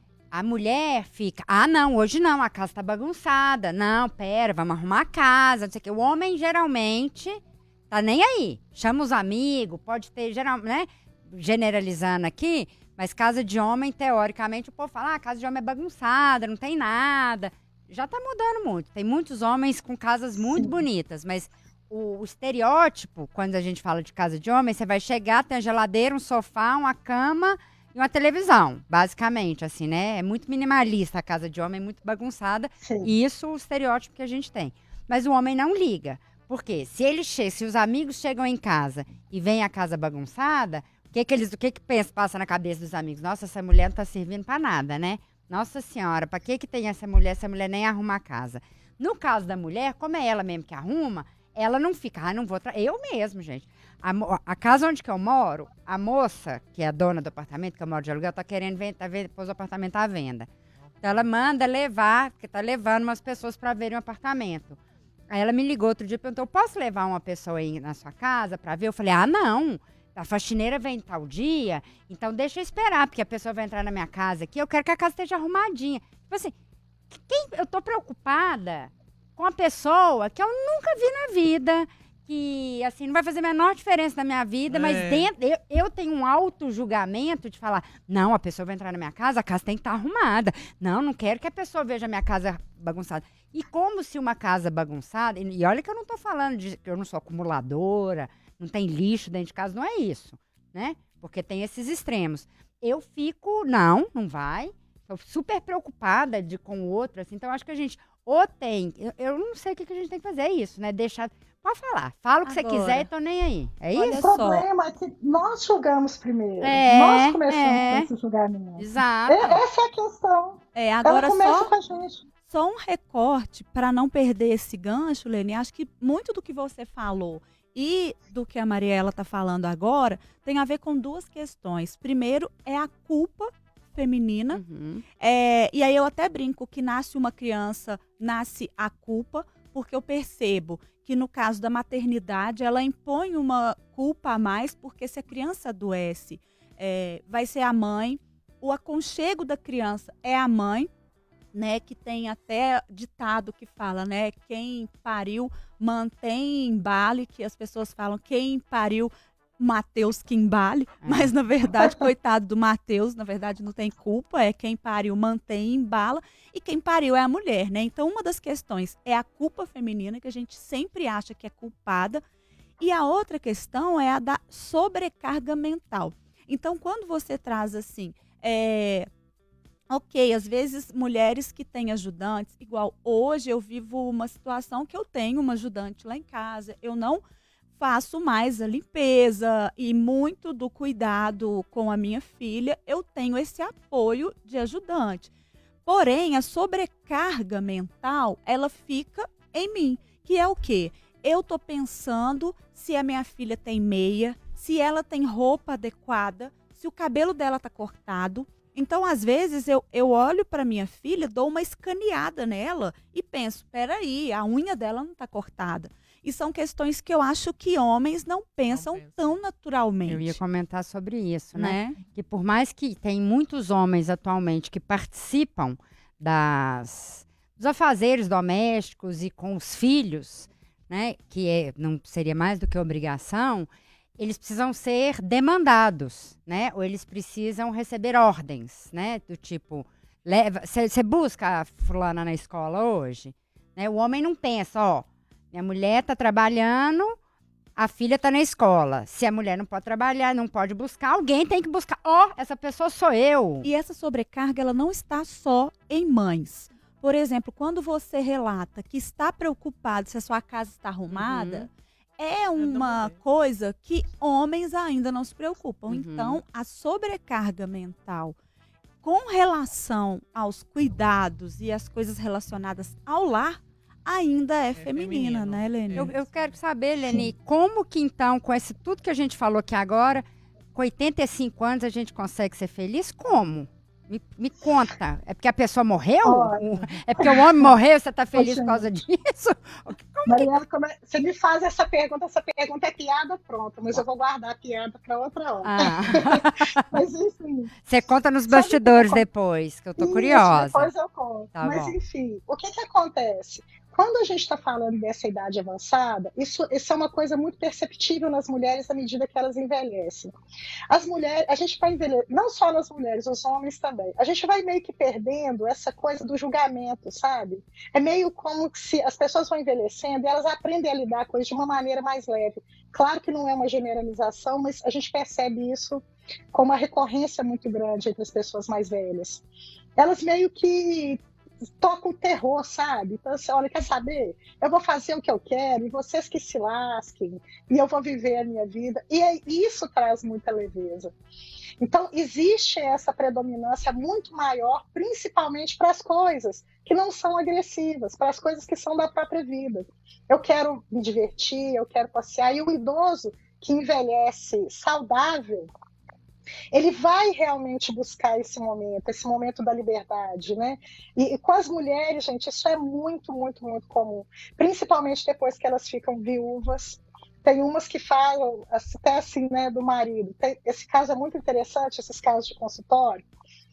A mulher fica, ah não, hoje não, a casa tá bagunçada, não, pera, vamos arrumar a casa, não sei o quê. O homem geralmente tá nem aí. Chama os amigos, pode ter, geral, né? Generalizando aqui, mas casa de homem, teoricamente, o povo fala, ah, casa de homem é bagunçada, não tem nada. Já tá mudando muito. Tem muitos homens com casas muito Sim. bonitas, mas o, o estereótipo, quando a gente fala de casa de homem, você vai chegar, tem a geladeira, um sofá, uma cama e uma televisão, basicamente, assim, né? É muito minimalista a casa de homem, é muito bagunçada. Sim. E isso é o estereótipo que a gente tem. Mas o homem não liga. Porque se ele che- se os amigos chegam em casa e vem a casa bagunçada, o que que eles, o que que pensa, passa na cabeça dos amigos? Nossa, essa mulher não tá servindo para nada, né? Nossa senhora, para que que tem essa mulher? Essa mulher nem arruma a casa. No caso da mulher, como é ela mesmo que arruma, ela não fica, ah, não vou... Tra-. Eu mesmo, gente. A, a casa onde que eu moro, a moça, que é a dona do apartamento, que eu moro de aluguel, tá querendo vender, tá vendo, pôs o apartamento à venda. Então ela manda levar, porque tá levando umas pessoas para verem o apartamento. Aí ela me ligou outro dia e perguntou, posso levar uma pessoa aí na sua casa para ver? Eu falei, ah, não, a faxineira vem tal dia, então deixa eu esperar, porque a pessoa vai entrar na minha casa aqui, eu quero que a casa esteja arrumadinha. Tipo assim, quem, eu tô preocupada com a pessoa que eu nunca vi na vida, que, assim, não vai fazer a menor diferença na minha vida, é. mas dentro, eu, eu tenho um auto-julgamento de falar, não, a pessoa vai entrar na minha casa, a casa tem que estar arrumada. Não, não quero que a pessoa veja a minha casa bagunçada. E como se uma casa bagunçada, e olha que eu não tô falando de que eu não sou acumuladora, não tem lixo dentro de casa, não é isso, né? Porque tem esses extremos. Eu fico, não, não vai. Tô super preocupada de, com o outro, assim. Então, acho que a gente ou tem... Eu, eu não sei o que, que a gente tem que fazer, é isso, né? Deixar... Pode falar. Fala o que Agora, você quiser e tô nem aí. É olha isso? O problema é que nós julgamos primeiro. É, nós começamos é, com esse julgamento. Exato. É, essa é a questão. É, agora Ela começa só, com a gente. Só um recorte para não perder esse gancho, Lene. Acho que muito do que você falou e do que a Mariela está falando agora tem a ver com duas questões. Primeiro, é a culpa feminina. Uhum. É, e aí eu até brinco que nasce uma criança, nasce a culpa, porque eu percebo que no caso da maternidade, ela impõe uma culpa a mais, porque se a criança adoece, é, vai ser a mãe. O aconchego da criança é a mãe, né, que tem até ditado que fala, né, quem pariu mantém embale, que as pessoas falam, quem pariu Mateus que embale, é. mas na verdade, coitado do Mateus, na verdade não tem culpa, é quem pariu mantém e embala, e quem pariu é a mulher, né? Então uma das questões é a culpa feminina, que a gente sempre acha que é culpada, e a outra questão é a da sobrecarga mental. Então quando você traz assim, é... ok, às vezes mulheres que têm ajudantes, igual hoje eu vivo uma situação que eu tenho uma ajudante lá em casa, eu não faço mais a limpeza e muito do cuidado com a minha filha, eu tenho esse apoio de ajudante. Porém, a sobrecarga mental, ela fica em mim, que é o quê? Eu tô pensando se a minha filha tem meia, se ela tem roupa adequada, se o cabelo dela tá cortado. Então, às vezes, eu, eu olho para minha filha, dou uma escaneada nela e penso, peraí, a unha dela não tá cortada. E são questões que eu acho que homens não pensam não tão naturalmente. Eu ia comentar sobre isso, né? né? Que por mais que tem muitos homens atualmente que participam das, dos afazeres domésticos e com os filhos, né? Que é, não seria mais do que obrigação, eles precisam ser demandados, né? Ou eles precisam receber ordens, né? Do tipo, você busca a fulana na escola hoje? Né? O homem não pensa, ó, minha mulher está trabalhando, a filha está na escola. Se a mulher não pode trabalhar, não pode buscar, alguém tem que buscar. Ó, oh, essa pessoa sou eu. E essa sobrecarga, ela não está só em mães. Por exemplo, quando você relata que está preocupado se a sua casa está arrumada, uhum. é uma coisa que homens ainda não se preocupam. Uhum. Então, a sobrecarga mental com relação aos cuidados e as coisas relacionadas ao lar, ainda é, é feminina, feminino. né, Lene? Eu, eu quero saber, Lene, como que então, com esse tudo que a gente falou aqui agora, com oitenta e cinco anos a gente consegue ser feliz? Como? Me, me conta. É porque a pessoa morreu? Oh. É porque o homem morreu e você está feliz por causa disso? Como Mariela, que... é... você me faz essa pergunta, essa pergunta é piada pronta, mas eu vou guardar a piada para outra hora. Ah. Mas enfim. Você conta nos bastidores depois, que eu tô Isso, curiosa. Depois eu conto. Tá mas bom. enfim, o que que acontece? Quando a gente está falando dessa idade avançada, isso, isso é uma coisa muito perceptível nas mulheres à medida que elas envelhecem. As mulheres, a gente vai envelhecer, não só nas mulheres, os homens também. A gente vai meio que perdendo essa coisa do julgamento, sabe? É meio como se as pessoas vão envelhecendo e elas aprendem a lidar com isso de uma maneira mais leve. Claro que não é uma generalização, mas a gente percebe isso com uma recorrência muito grande entre as pessoas mais velhas. Elas meio que toca o terror, sabe? Então, assim, olha, quer saber? Eu vou fazer o que eu quero, e vocês que se lasquem, e eu vou viver a minha vida. E é, isso traz muita leveza. Então, existe essa predominância muito maior, principalmente para as coisas que não são agressivas, para as coisas que são da própria vida. Eu quero me divertir, eu quero passear, e o idoso que envelhece saudável, ele vai realmente buscar esse momento, esse momento da liberdade, né? E, e com as mulheres, gente, isso é muito, muito, muito comum. Principalmente depois que elas ficam viúvas. Tem umas que falam, até assim, né, do marido. Tem, esse caso é muito interessante, esses casos de consultório,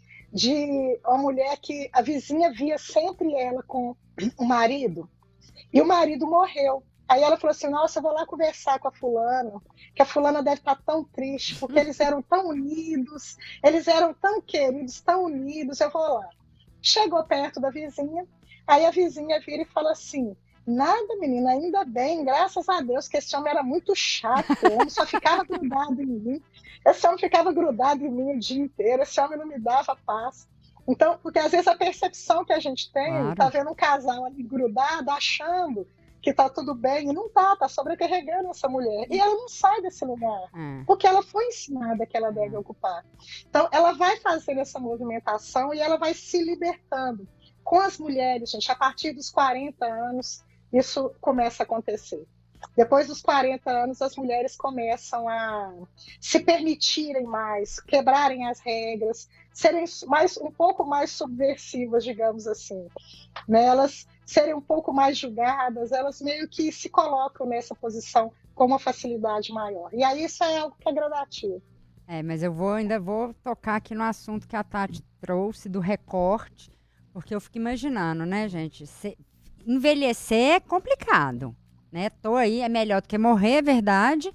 de uma mulher que a vizinha via sempre ela com o marido, e o marido morreu. Aí ela falou assim, nossa, eu vou lá conversar com a fulana, que a fulana deve estar tão triste, porque eles eram tão unidos, eles eram tão queridos, tão unidos, eu vou lá. Chegou perto da vizinha, aí a vizinha vira e fala assim, nada, menina, ainda bem, graças a Deus, que esse homem era muito chato, o homem só ficava grudado em mim, esse homem ficava grudado em mim o dia inteiro, esse homem não me dava paz. Então, porque às vezes a percepção que a gente tem, claro. Tá vendo um casal ali grudado, achando que tá tudo bem, e não tá, tá sobrecarregando essa mulher. E ela não sai desse lugar, hum. porque ela foi ensinada que ela deve ocupar. Então, ela vai fazendo essa movimentação e ela vai se libertando. Com as mulheres, gente, a partir dos quarenta anos, isso começa a acontecer. Depois dos quarenta anos, as mulheres começam a se permitirem mais, quebrarem as regras, serem mais, um pouco mais subversivas, digamos assim. Né? Elas serem um pouco mais julgadas, elas meio que se colocam nessa posição com uma facilidade maior. E aí isso é algo que é gradativo. É, mas eu vou, ainda vou tocar aqui no assunto que a Tati trouxe do recorte, porque eu fico imaginando, né, gente? Se, envelhecer é complicado, né? Tô aí, é melhor do que morrer, é verdade,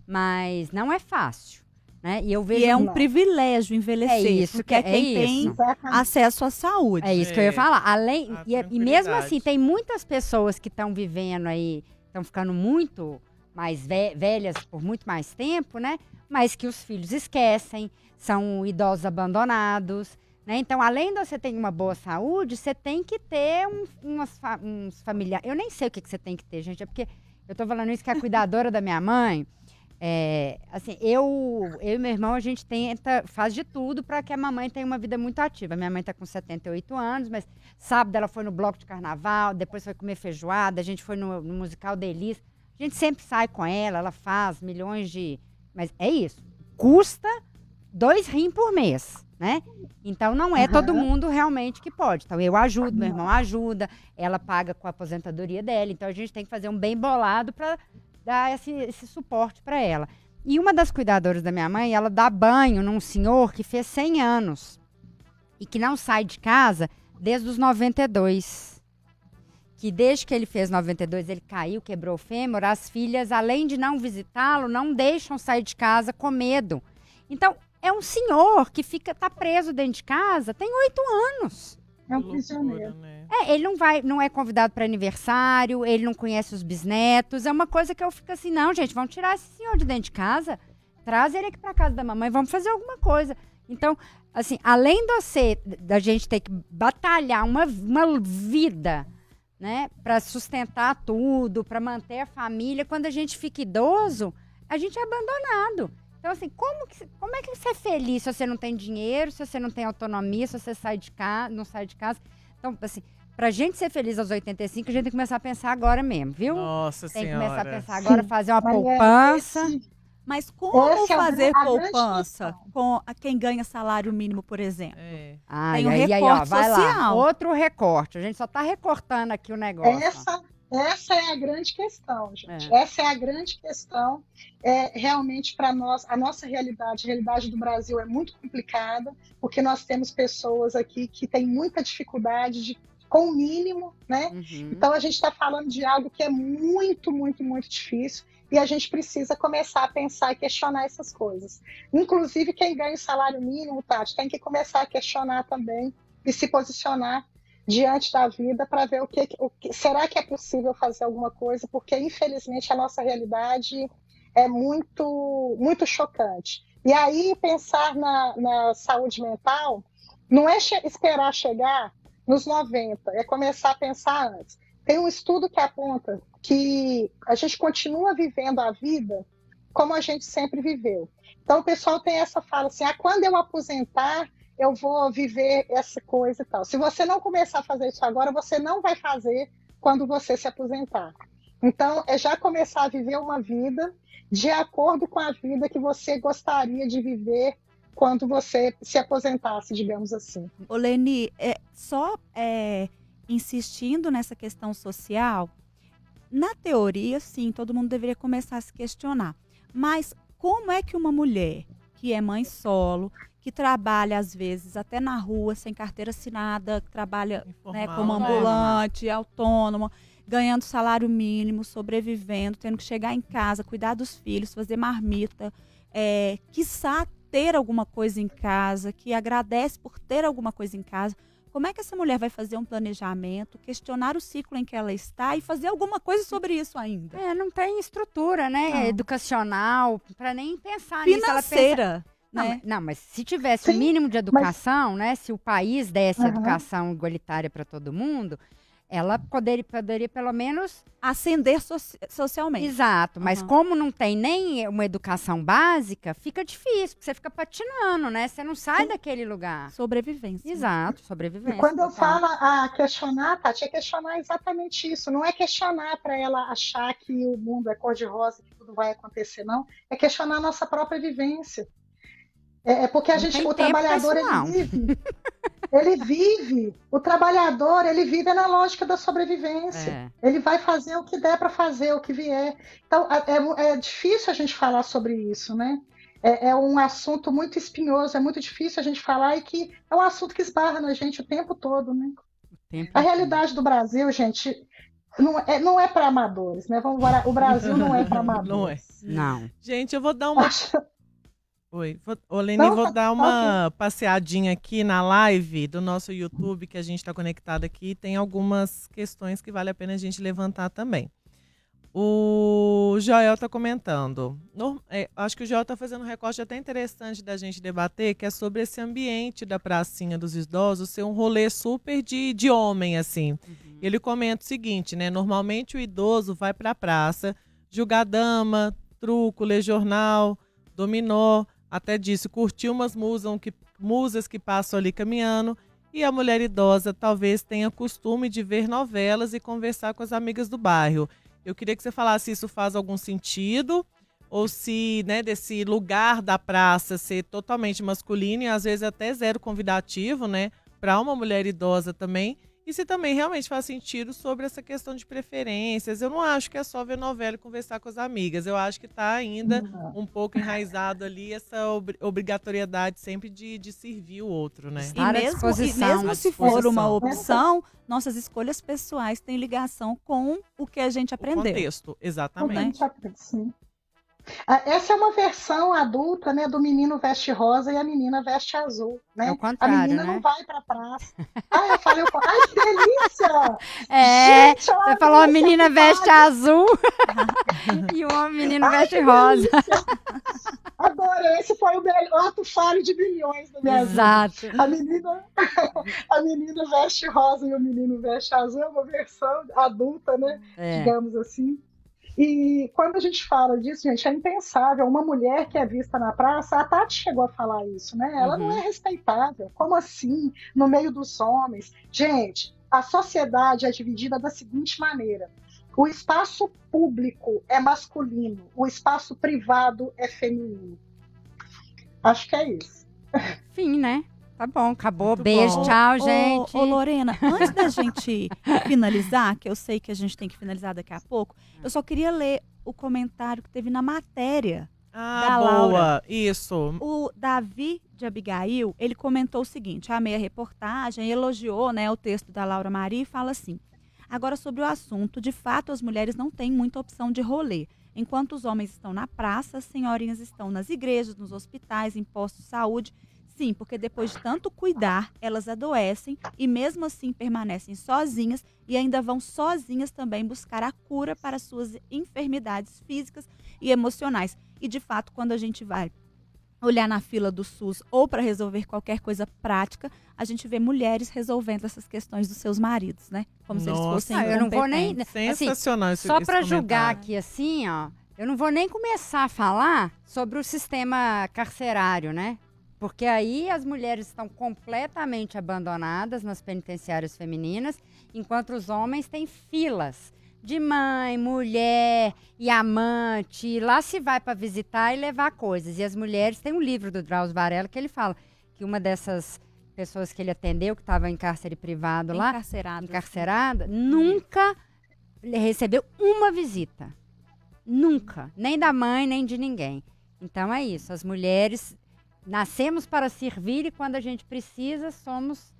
mas não é fácil. Né? E, eu vejo e é um não. privilégio envelhecer, é isso, porque é quem é tem acesso à saúde. É isso é, que eu ia falar. Além, e, e mesmo assim, tem muitas pessoas que estão vivendo aí, estão ficando muito mais ve velhas por muito mais tempo, né? Mas que os filhos esquecem, são idosos abandonados. Né? Então, além de você ter uma boa saúde, você tem que ter um, umas fa uns familiares. Eu nem sei o que, que você tem que ter, gente. É porque eu tô falando isso que a cuidadora da minha mãe... É, assim, eu, eu e meu irmão, a gente tenta, faz de tudo para que a mamãe tenha uma vida muito ativa. Minha mãe está com setenta e oito anos, mas sábado ela foi no bloco de carnaval, depois foi comer feijoada, a gente foi no, no musical Delis. A gente sempre sai com ela, ela faz milhões de... Mas é isso, custa dois rins por mês, né? Então não é uhum. todo mundo realmente que pode. Então eu ajudo, meu irmão ajuda, ela paga com a aposentadoria dela, então a gente tem que fazer um bem bolado para... dar esse, esse suporte para ela. E uma das cuidadoras da minha mãe, ela dá banho num senhor que fez cem anos e que não sai de casa desde os noventa e dois. Que desde que ele fez noventa e dois, ele caiu, quebrou o fêmur, as filhas, além de não visitá-lo, não deixam sair de casa com medo. Então, é um senhor que fica, tá preso dentro de casa, tem oito anos. É um prisioneiro. Né? É, ele não vai, não é convidado para aniversário, ele não conhece os bisnetos. É uma coisa que eu fico assim, não, gente, vamos tirar esse senhor de dentro de casa, traz ele aqui para casa da mamãe, vamos fazer alguma coisa. Então, assim, além de você, da gente ter que batalhar uma, uma vida, né, para sustentar tudo, para manter a família, quando a gente fica idoso, a gente é abandonado. Então, assim, como, que, como é que você é feliz se você não tem dinheiro, se você não tem autonomia, se você sai de casa, não sai de casa? Então, assim, pra gente ser feliz aos oitenta e cinco, a gente tem que começar a pensar agora mesmo, viu? Nossa tem Senhora. Tem que começar a pensar agora, Sim. fazer uma Mas poupança. É Mas como Essa fazer é a poupança com a quem ganha salário mínimo, por exemplo? É. Ah, tem um aí, recorte aí, ó, vai social. Lá, outro recorte. A gente só tá recortando aqui o negócio. Essa, essa é a grande questão, gente. É. Essa é a grande questão. É, realmente, para nós, a nossa realidade, a realidade do Brasil é muito complicada, porque nós temos pessoas aqui que têm muita dificuldade de, com o mínimo, né? Uhum. Então, a gente está falando de algo que é muito, muito, muito difícil. E a gente precisa começar a pensar e questionar essas coisas. Inclusive, quem ganha o salário mínimo, Tati, tem que começar a questionar também e se posicionar diante da vida para ver o que, o que... Será que é possível fazer alguma coisa? Porque, infelizmente, a nossa realidade é muito, muito chocante. E aí, pensar na, na saúde mental não é che- esperar chegar nos noventa, é começar a pensar antes. Tem um estudo que aponta que a gente continua vivendo a vida como a gente sempre viveu. Então, o pessoal tem essa fala assim, ah, quando eu aposentar, eu vou viver essa coisa e tal. Se você não começar a fazer isso agora, você não vai fazer quando você se aposentar. Então, é já começar a viver uma vida de acordo com a vida que você gostaria de viver quando você se aposentasse, digamos assim. Ô, Leni, é, só é, insistindo nessa questão social, na teoria, sim, todo mundo deveria começar a se questionar. Mas como é que uma mulher que é mãe solo, que trabalha, às vezes, até na rua, sem carteira assinada, que trabalha, né, como ambulante, autônoma, ganhando salário mínimo, sobrevivendo, tendo que chegar em casa, cuidar dos filhos, fazer marmita, é, quiçá ter alguma coisa em casa, que agradece por ter alguma coisa em casa. Como é que essa mulher vai fazer um planejamento, questionar o ciclo em que ela está e fazer alguma coisa sobre isso ainda? É, não tem estrutura, né? Não. Educacional, para nem pensar Financeira. nisso. Ela pensa... Não, né? mas, não, mas se tivesse o mínimo de educação, mas... né? Se o país desse uhum. educação igualitária para todo mundo, ela poderia, poderia pelo menos... ascender so socialmente. Exato, mas uhum. como não tem nem uma educação básica, fica difícil, porque você fica patinando, né? Você não sai Sim. daquele lugar. Sobrevivência. Exato, sobrevivência. E quando eu falo a questionar, Tati, é questionar exatamente isso. Não é questionar para ela achar que o mundo é cor-de-rosa, que tudo vai acontecer, não. É questionar a nossa própria vivência. É, é porque a não gente, o trabalhador, ele vive... Ele vive, o trabalhador, ele vive na lógica da sobrevivência. É. Ele vai fazer o que der para fazer, o que vier. Então, é, é difícil a gente falar sobre isso, né? É, é um assunto muito espinhoso, é muito difícil a gente falar e que é um assunto que esbarra na gente o tempo todo, né? Tempo a realidade do Brasil, gente, não é, não é para amadores, né? Vamos lá, o Brasil não é para amadores. Não é. Não. Gente, eu vou dar uma... Oi, vou, Olene, Não, vou dar uma okay. passeadinha aqui na live do nosso YouTube, que a gente está conectado aqui. Tem algumas questões que vale a pena a gente levantar também. O Joel está comentando. No, é, acho que o Joel está fazendo um recorte até interessante da gente debater, que é sobre esse ambiente da pracinha dos idosos ser um rolê super de, de homem, assim. Uhum. Ele comenta o seguinte, né? Normalmente o idoso vai para a praça jogar dama, truco, ler jornal, dominó, até disse, curtir umas musas que, musas que passam ali caminhando, e a mulher idosa talvez tenha costume de ver novelas e conversar com as amigas do bairro. Eu queria que você falasse se isso faz algum sentido, ou se, né, desse lugar da praça ser totalmente masculino e às vezes até zero convidativo, né, para uma mulher idosa também. E se também realmente faz sentido sobre essa questão de preferências. Eu não acho que é só ver novela e conversar com as amigas. Eu acho que está ainda um pouco enraizado ali essa ob obrigatoriedade sempre de, de servir o outro, né? E mesmo, e mesmo se for uma opção, nossas escolhas pessoais têm ligação com o que a gente aprendeu. O contexto, exatamente. Sim. Essa é uma versão adulta, né, do menino veste rosa e a menina veste azul, né? É o contrário, a menina né? não vai pra praça. Ah, eu falei, ai, que delícia! É, gente, você falou a menina veste azul e o menino ai, veste rosa. Adorei, esse foi o melhor ato falho de bilhões da minha Exato. vida. A menina, a menina veste rosa e o menino veste azul, é uma versão adulta, né? É. Digamos assim. E quando a gente fala disso, gente, é impensável. Uma mulher que é vista na praça, a Tati chegou a falar isso, né? Ela uhum. não é respeitável. Como assim? No meio dos homens. Gente, a sociedade é dividida da seguinte maneira. O espaço público é masculino, o espaço privado é feminino. Acho que é isso. Fim, né? Tá bom, acabou. Muito Beijo, bom. ô, Tchau, gente. Ô, ô, Lorena, antes da gente finalizar, que eu sei que a gente tem que finalizar daqui a pouco, eu só queria ler o comentário que teve na matéria ah, da boa. Laura. Isso. O Davi de Abigail, ele comentou o seguinte, amei a reportagem, elogiou, né, o texto da Laura Maria e fala assim, agora sobre o assunto, de fato as mulheres não têm muita opção de rolê. Enquanto os homens estão na praça, as senhorinhas estão nas igrejas, nos hospitais, em postos de saúde. Sim, porque depois de tanto cuidar, elas adoecem e mesmo assim permanecem sozinhas e ainda vão sozinhas também buscar a cura para suas enfermidades físicas e emocionais. E de fato, quando a gente vai olhar na fila do SUS ou para resolver qualquer coisa prática, a gente vê mulheres resolvendo essas questões dos seus maridos, né? Como Nossa. se eles fossem ah, eu não vou nem sensacional assim, esse, só para esse julgar aqui assim, ó, eu não vou nem começar a falar sobre o sistema carcerário, né? Porque aí as mulheres estão completamente abandonadas nas penitenciárias femininas, enquanto os homens têm filas de mãe, mulher e amante. Lá se vai para visitar e levar coisas. E as mulheres, tem um livro do Drauzio Varela que ele fala que uma dessas pessoas que ele atendeu, que estava em cárcere privado lá, encarcerada, encarcerada nunca recebeu uma visita. Nunca. Nem da mãe, nem de ninguém. Então é isso. As mulheres... Nascemos para servir e quando a gente precisa, somos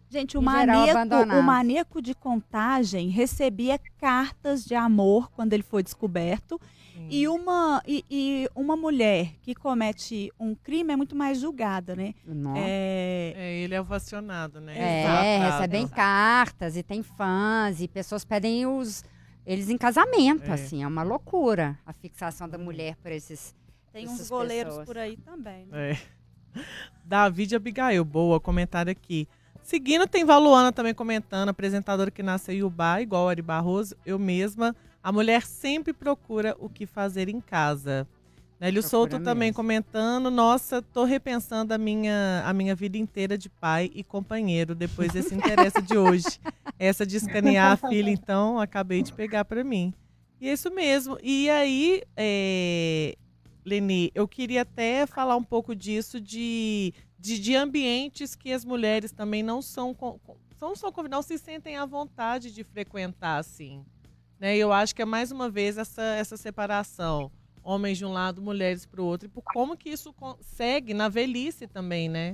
Gente, o maníaco, o maníaco de Contagem recebia cartas de amor quando ele foi descoberto. Hum. E, uma, e, e uma mulher que comete um crime é muito mais julgada, né? É, é ele é ovacionado, né? É, recebem cartas e tem fãs e pessoas pedem os, eles em casamento, é. assim. É uma loucura a fixação da mulher por esses Tem uns goleiros pessoas. por aí também, né? É. David Abigail, boa, comentário aqui. Seguindo, tem Valuana também comentando, apresentadora que nasceu em Ubá, igual a Ari Barroso, eu mesma. A mulher sempre procura o que fazer em casa. Nélio Souto mesmo. Também comentando, nossa, tô repensando a minha, a minha vida inteira de pai e companheiro, depois desse interesse de hoje. Essa de escanear a filha, então, acabei de pegar para mim. E é isso mesmo. E aí, é, Leni, eu queria até falar um pouco disso de... De, de ambientes que as mulheres também não são, não são não se sentem à vontade de frequentar, assim. Né? Eu acho que é mais uma vez essa, essa separação. Homens de um lado, mulheres para o outro. E por como que isso segue na velhice também, né?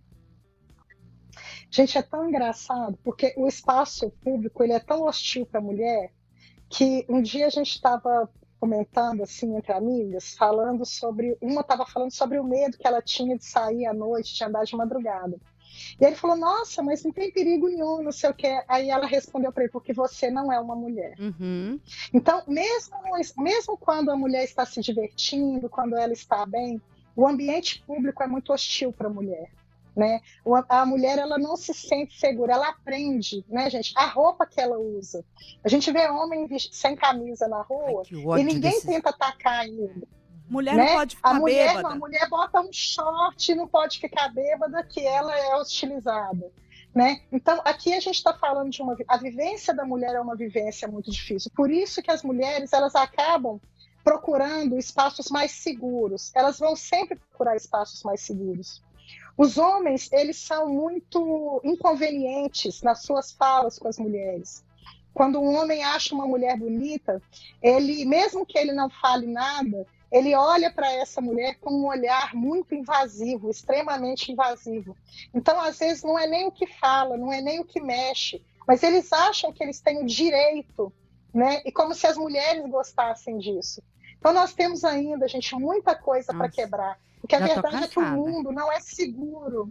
Gente, é tão engraçado, porque o espaço público ele é tão hostil para a mulher que um dia a gente estava comentando assim entre amigas, falando sobre, uma estava falando sobre o medo que ela tinha de sair à noite, de andar de madrugada. E ele falou, nossa, mas não tem perigo nenhum, não sei o que. Aí ela respondeu para ele, porque você não é uma mulher. Uhum. Então, mesmo, mesmo quando a mulher está se divertindo, quando ela está bem, o ambiente público é muito hostil para a mulher. Né? A mulher ela não se sente segura, ela aprende, né, gente? A roupa que ela usa. A gente vê homem sem camisa na rua. Ai, e ninguém desse... tenta atacar ele. Mulher né? não pode ficar a mulher, bêbada. A mulher bota um short e não pode ficar bêbada, que ela é hostilizada. Né? Então, aqui a gente está falando de uma... A vivência da mulher é uma vivência muito difícil. Por isso que as mulheres elas acabam procurando espaços mais seguros. Elas vão sempre procurar espaços mais seguros. Os homens, eles são muito inconvenientes nas suas falas com as mulheres. Quando um homem acha uma mulher bonita, ele, mesmo que ele não fale nada, ele olha para essa mulher com um olhar muito invasivo, extremamente invasivo. Então, às vezes, não é nem o que fala, não é nem o que mexe, mas eles acham que eles têm o direito, né? E como se as mulheres gostassem disso. Então, nós temos ainda, gente, muita coisa para quebrar. Porque a verdade é que o mundo não é seguro.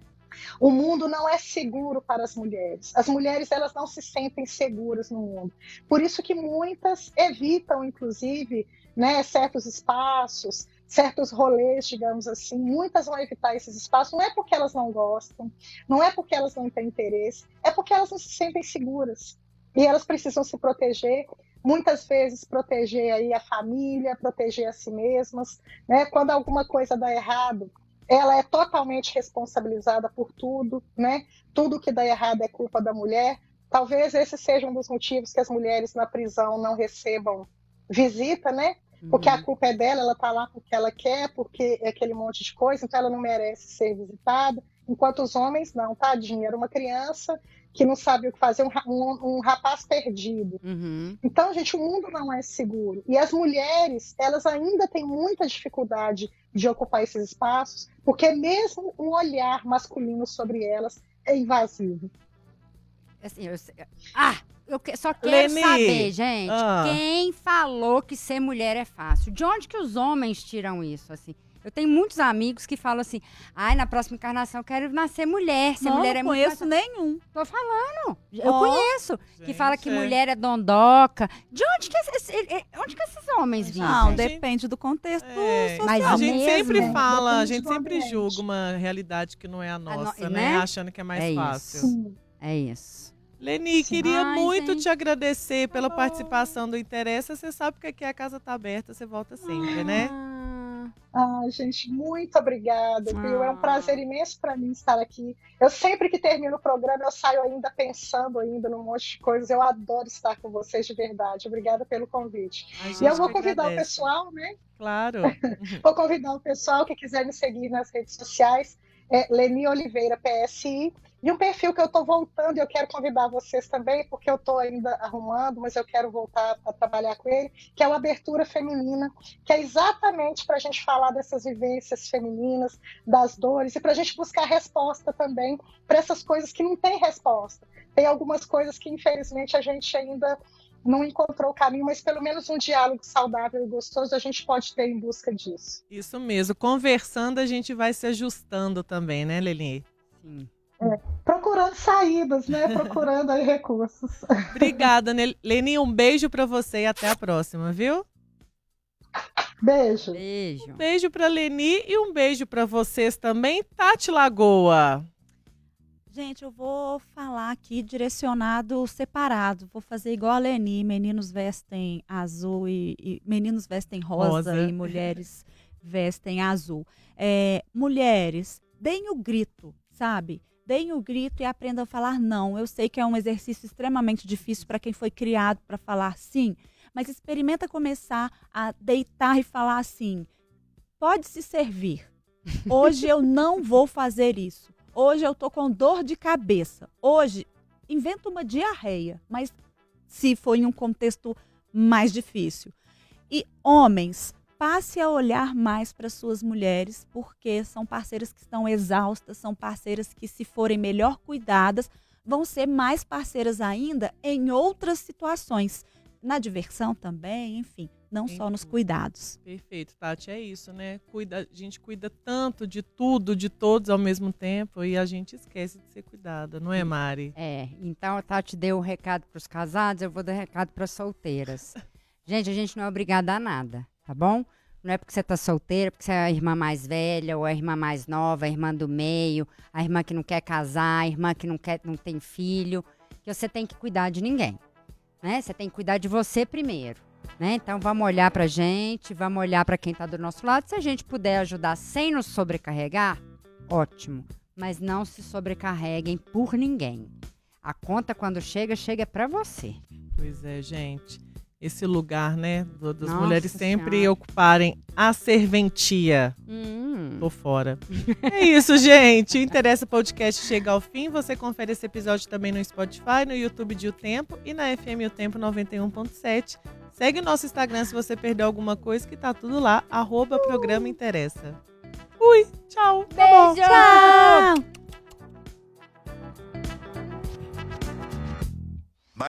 O mundo não é seguro para as mulheres. As mulheres elas não se sentem seguras no mundo. Por isso que muitas evitam, inclusive, né, certos espaços, certos rolês, digamos assim. Muitas vão evitar esses espaços. Não é porque elas não gostam, não é porque elas não têm interesse, é porque elas não se sentem seguras. E elas precisam se proteger. Muitas vezes proteger aí a família, proteger a si mesmas, né? Quando alguma coisa dá errado, ela é totalmente responsabilizada por tudo, né? Tudo que dá errado é culpa da mulher. Talvez esse seja um dos motivos que as mulheres na prisão não recebam visita, né? Porque a culpa é dela, ela está lá porque ela quer, porque é aquele monte de coisa, então ela não merece ser visitada. Enquanto os homens, não, tadinha, era uma criança que não sabe o que fazer, um, um, um rapaz perdido. Uhum. Então, gente, o mundo não é seguro. E as mulheres, elas ainda têm muita dificuldade de ocupar esses espaços, porque mesmo o olhar masculino sobre elas é invasivo. Assim, eu... Ah! Eu só quero Leni. saber, gente, ah. quem falou que ser mulher é fácil? De onde que os homens tiram isso, assim? Eu tenho muitos amigos que falam assim, ai, na próxima encarnação eu quero nascer mulher, ser não, mulher é muito muito fácil. Não conheço nenhum. Tô falando, eu oh. conheço, gente, que fala que é. mulher é dondoca. De onde que, esses, onde que esses homens vivem? Não, depende do contexto é. social. Mas a gente mesmo, sempre né? fala, a Depende gente do sempre ambiente. julga uma realidade que não é a nossa, no... né? né? Achando que é mais é fácil. Sim. É isso. Leni, queria Ai, muito gente. te agradecer pela bom. participação do Interessa. Você sabe que aqui a casa tá aberta, você volta sempre, né? Ah, Ai, gente, muito obrigada, viu? É um Ah. prazer imenso para mim estar aqui. Eu sempre que termino o programa, eu saio ainda pensando ainda num monte de coisas. Eu adoro estar com vocês de verdade. Obrigada pelo convite. A gente E eu vou que convidar o agradece. pessoal, né? Claro. Vou convidar o pessoal que quiser me seguir nas redes sociais. É Leni Oliveira P S I. E um perfil que eu estou voltando, e eu quero convidar vocês também, porque eu estou ainda arrumando, mas eu quero voltar a trabalhar com ele, que é o Abertura Feminina, que é exatamente para a gente falar dessas vivências femininas, das dores, e para a gente buscar resposta também para essas coisas que não tem resposta. Tem algumas coisas que, infelizmente, a gente ainda não encontrou o caminho, mas pelo menos um diálogo saudável e gostoso a gente pode ter em busca disso. Isso mesmo. Conversando, a gente vai se ajustando também, né, Leni? Sim. É, procurando saídas, né? Procurando aí recursos. Obrigada, Leni. Um beijo para você e até a próxima, viu? Beijo. Beijo. Um beijo para Leni e um beijo para vocês também, Tati Lagoa. Gente, eu vou falar aqui direcionado separado. Vou fazer igual a Leni. Meninos vestem azul e, e meninos vestem rosa, rosa e mulheres vestem azul. É, mulheres, deem o grito, sabe? Deem o grito e aprendam a falar não. Eu sei que é um exercício extremamente difícil para quem foi criado para falar sim, mas experimenta começar a deitar e falar assim: pode se servir. Hoje eu não vou fazer isso. Hoje eu tô com dor de cabeça. Hoje, inventa uma diarreia, mas se for em um contexto mais difícil. E homens, passe a olhar mais para suas mulheres, porque são parceiras que estão exaustas, são parceiras que, se forem melhor cuidadas, vão ser mais parceiras ainda em outras situações. Na diversão também, enfim, não só nos cuidados. Perfeito, Tati, é isso, né? Cuida, a gente cuida tanto de tudo, de todos ao mesmo tempo, e a gente esquece de ser cuidada, não é, Mari? É, então a Tati deu o recado para os casados, eu vou dar recado para as solteiras. Gente, a gente não é obrigada a nada, tá bom? Não é porque você tá solteira, porque você é a irmã mais velha, ou a irmã mais nova, a irmã do meio, a irmã que não quer casar, a irmã que não, quer, não tem filho, que você tem que cuidar de ninguém, né? Você tem que cuidar de você primeiro, né? Então vamos olhar pra gente, vamos olhar para quem tá do nosso lado. Se a gente puder ajudar sem nos sobrecarregar, ótimo. Mas não se sobrecarreguem por ninguém. A conta, quando chega, chega para você. Pois é, gente. Esse lugar, né, do, das Nossa mulheres sempre Senhora. ocuparem a serventia. Hum. Tô fora. É isso, gente. O Interessa Podcast chega ao fim. Você confere esse episódio também no Spotify, no YouTube de O Tempo e na F M O Tempo noventa e um ponto sete. Segue o nosso Instagram se você perdeu alguma coisa, que tá tudo lá, arroba Programa Interessa. Ui, tchau. Beijo! Tá bom. Tchau!